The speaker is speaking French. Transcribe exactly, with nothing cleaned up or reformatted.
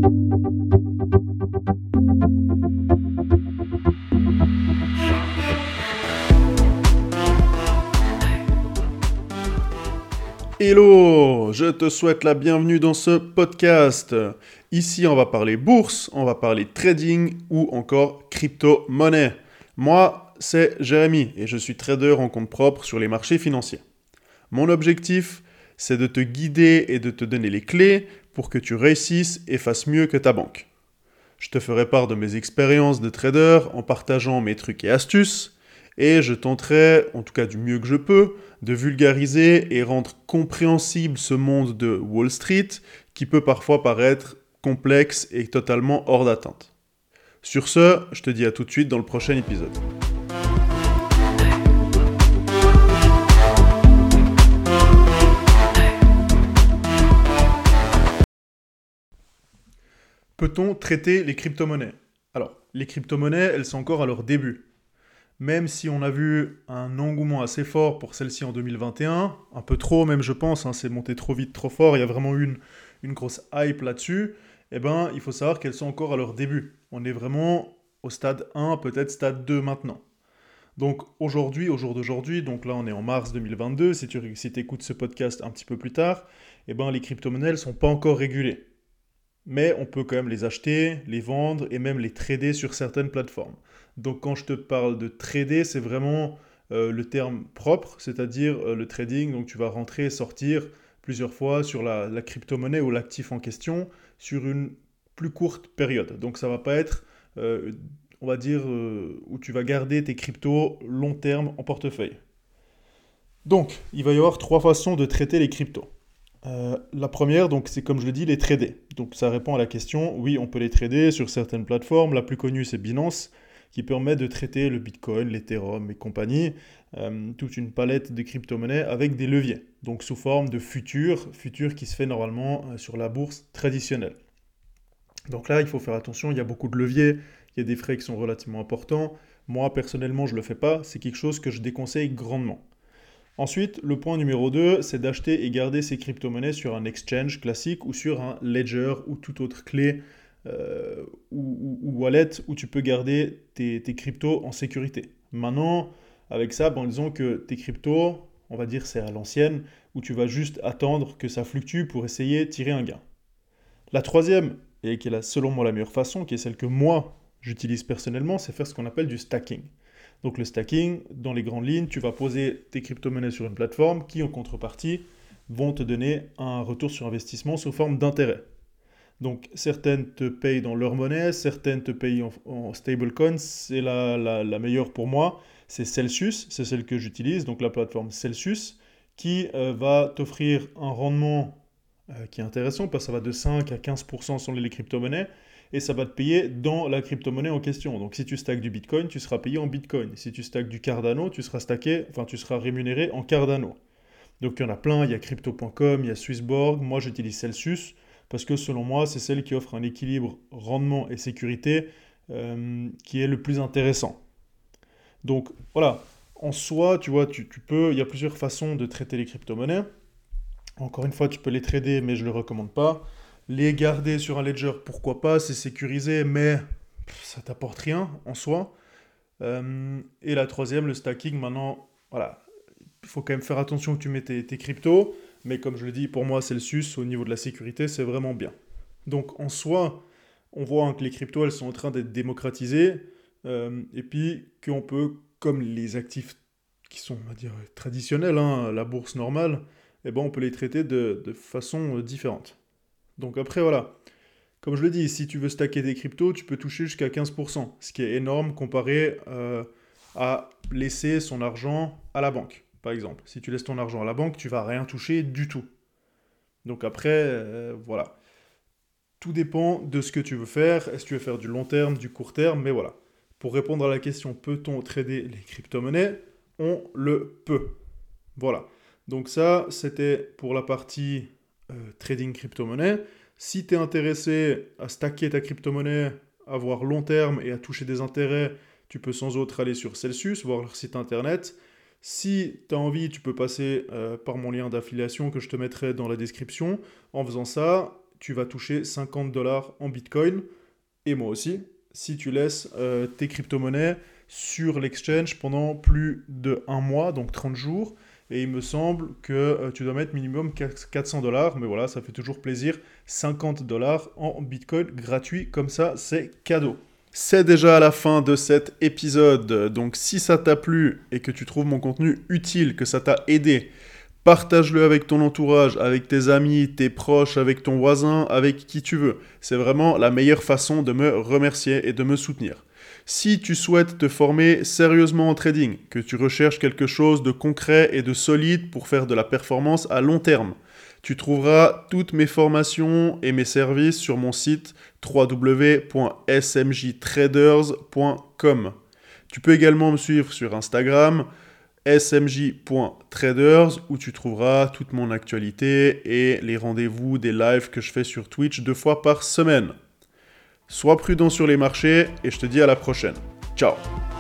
Hello, je te souhaite la bienvenue dans ce podcast. Ici, on va parler bourse, on va parler trading ou encore crypto-monnaie. Moi, c'est Jérémy et je suis trader en compte propre sur les marchés financiers. Mon objectif, c'est de te guider et de te donner les clés pour que tu réussisses et fasses mieux que ta banque. Je te ferai part de mes expériences de trader en partageant mes trucs et astuces et je tenterai, en tout cas du mieux que je peux, de vulgariser et rendre compréhensible ce monde de Wall Street qui peut parfois paraître complexe et totalement hors d'atteinte. Sur ce, je te dis à tout de suite dans le prochain épisode. Peut-on traiter les crypto-monnaies ? Alors, les crypto-monnaies, elles sont encore à leur début. Même si on a vu un engouement assez fort pour celle-ci en deux mille vingt et un, un peu trop même je pense, hein, c'est monté trop vite, trop fort, il y a vraiment eu une, une grosse hype là-dessus, eh ben, il faut savoir qu'elles sont encore à leur début. On est vraiment au stade un, peut-être stade deux maintenant. Donc aujourd'hui, au jour d'aujourd'hui, donc là on est en mars deux mille vingt-deux, si tu si écoutes ce podcast un petit peu plus tard, eh ben, les crypto-monnaies ne sont pas encore régulées. Mais on peut quand même les acheter, les vendre et même les trader sur certaines plateformes. Donc quand je te parle de trader, c'est vraiment euh, le terme propre, c'est-à-dire euh, le trading. Donc tu vas rentrer et sortir plusieurs fois sur la, la crypto-monnaie ou l'actif en question sur une plus courte période. Donc ça ne va pas être, euh, on va dire, euh, où tu vas garder tes cryptos long terme en portefeuille. Donc il va y avoir trois façons de traiter les cryptos. Euh, la première, donc, c'est comme je le dis, les trader. Donc ça répond à la question, oui, on peut les trader sur certaines plateformes. La plus connue, c'est Binance, qui permet de traiter le Bitcoin, l'Ethereum et compagnie, euh, toute une palette de crypto-monnaies avec des leviers, donc sous forme de futurs, futurs qui se fait normalement euh, sur la bourse traditionnelle. Donc là, il faut faire attention, il y a beaucoup de leviers, il y a des frais qui sont relativement importants. Moi, personnellement, je ne le fais pas, c'est quelque chose que je déconseille grandement. Ensuite, le point numéro deux, c'est d'acheter et garder ces crypto-monnaies sur un exchange classique ou sur un ledger ou toute autre clé euh, ou, ou, ou wallet où tu peux garder tes, tes cryptos en sécurité. Maintenant, avec ça, bon, disons que tes cryptos, on va dire c'est à l'ancienne, où tu vas juste attendre que ça fluctue pour essayer de tirer un gain. La troisième, et qui est la, selon moi la meilleure façon, qui est celle que moi j'utilise personnellement, c'est faire ce qu'on appelle du stacking. Donc le stacking, dans les grandes lignes, tu vas poser tes crypto-monnaies sur une plateforme qui, en contrepartie, vont te donner un retour sur investissement sous forme d'intérêt. Donc certaines te payent dans leur monnaie, certaines te payent en, en stablecoin. C'est la, la, la meilleure pour moi, c'est Celsius, c'est celle que j'utilise, donc la plateforme Celsius, qui euh, va t'offrir un rendement euh, qui est intéressant, parce que ça va de cinq à quinze pour cent sur les crypto-monnaies, et ça va te payer dans la crypto-monnaie en question. Donc si tu stacks du Bitcoin, tu seras payé en Bitcoin. Si tu stacks du Cardano, tu seras stacké, enfin tu seras rémunéré en Cardano. Donc il y en a plein, il y a crypto point com, il y a Swissborg, moi j'utilise Celsius parce que selon moi c'est celle qui offre un équilibre rendement et sécurité euh, qui est le plus intéressant. Donc voilà, en soi, tu vois, tu, tu peux, il y a plusieurs façons de traiter les crypto-monnaies. Encore une fois, tu peux les trader, mais je ne le recommande pas. Les garder sur un ledger, pourquoi pas, c'est sécurisé, mais ça t'apporte rien en soi. Euh, et la troisième, le stacking, maintenant, voilà, il faut quand même faire attention que tu mets tes, tes cryptos, mais comme je le dis, pour moi, Celsius, au niveau de la sécurité, c'est vraiment bien. Donc en soi, on voit hein, que les cryptos, elles sont en train d'être démocratisées, euh, et puis qu'on peut, comme les actifs qui sont, on va dire, traditionnels, hein, la bourse normale, eh ben, on peut les traiter de, de façon euh, différente. Donc après, voilà, comme je le dis, si tu veux stacker des cryptos, tu peux toucher jusqu'à quinze pour cent, ce qui est énorme comparé euh, à laisser son argent à la banque, par exemple. Si tu laisses ton argent à la banque, tu vas rien toucher du tout. Donc après, euh, voilà. Tout dépend de ce que tu veux faire. Est-ce que tu veux faire du long terme, du court terme, mais voilà. Pour répondre à la question, peut-on trader les crypto-monnaies ? On le peut. Voilà. Donc ça, c'était pour la partie euh, trading crypto-monnaie. Si tu es intéressé à stacker ta crypto-monnaie, à voir long terme et à toucher des intérêts, tu peux sans autre aller sur Celsius, voir leur site internet. Si tu as envie, tu peux passer euh, par mon lien d'affiliation que je te mettrai dans la description. En faisant ça, tu vas toucher cinquante dollars en Bitcoin, et moi aussi, si tu laisses euh, tes crypto-monnaies sur l'exchange pendant plus de un mois, donc trente jours. Et il me semble que euh, tu dois mettre minimum quatre cents dollars, mais voilà, ça fait toujours plaisir. cinquante dollars en Bitcoin gratuit, comme ça, c'est cadeau. C'est déjà à la fin de cet épisode, donc si ça t'a plu et que tu trouves mon contenu utile, que ça t'a aidé, partage-le avec ton entourage, avec tes amis, tes proches, avec ton voisin, avec qui tu veux. C'est vraiment la meilleure façon de me remercier et de me soutenir. Si tu souhaites te former sérieusement en trading, que tu recherches quelque chose de concret et de solide pour faire de la performance à long terme, tu trouveras toutes mes formations et mes services sur mon site w w w point s m j traders point com. Tu peux également me suivre sur Instagram, s m j point traders, où tu trouveras toute mon actualité et les rendez-vous des lives que je fais sur Twitch deux fois par semaine. Sois prudent sur les marchés et je te dis à la prochaine. Ciao!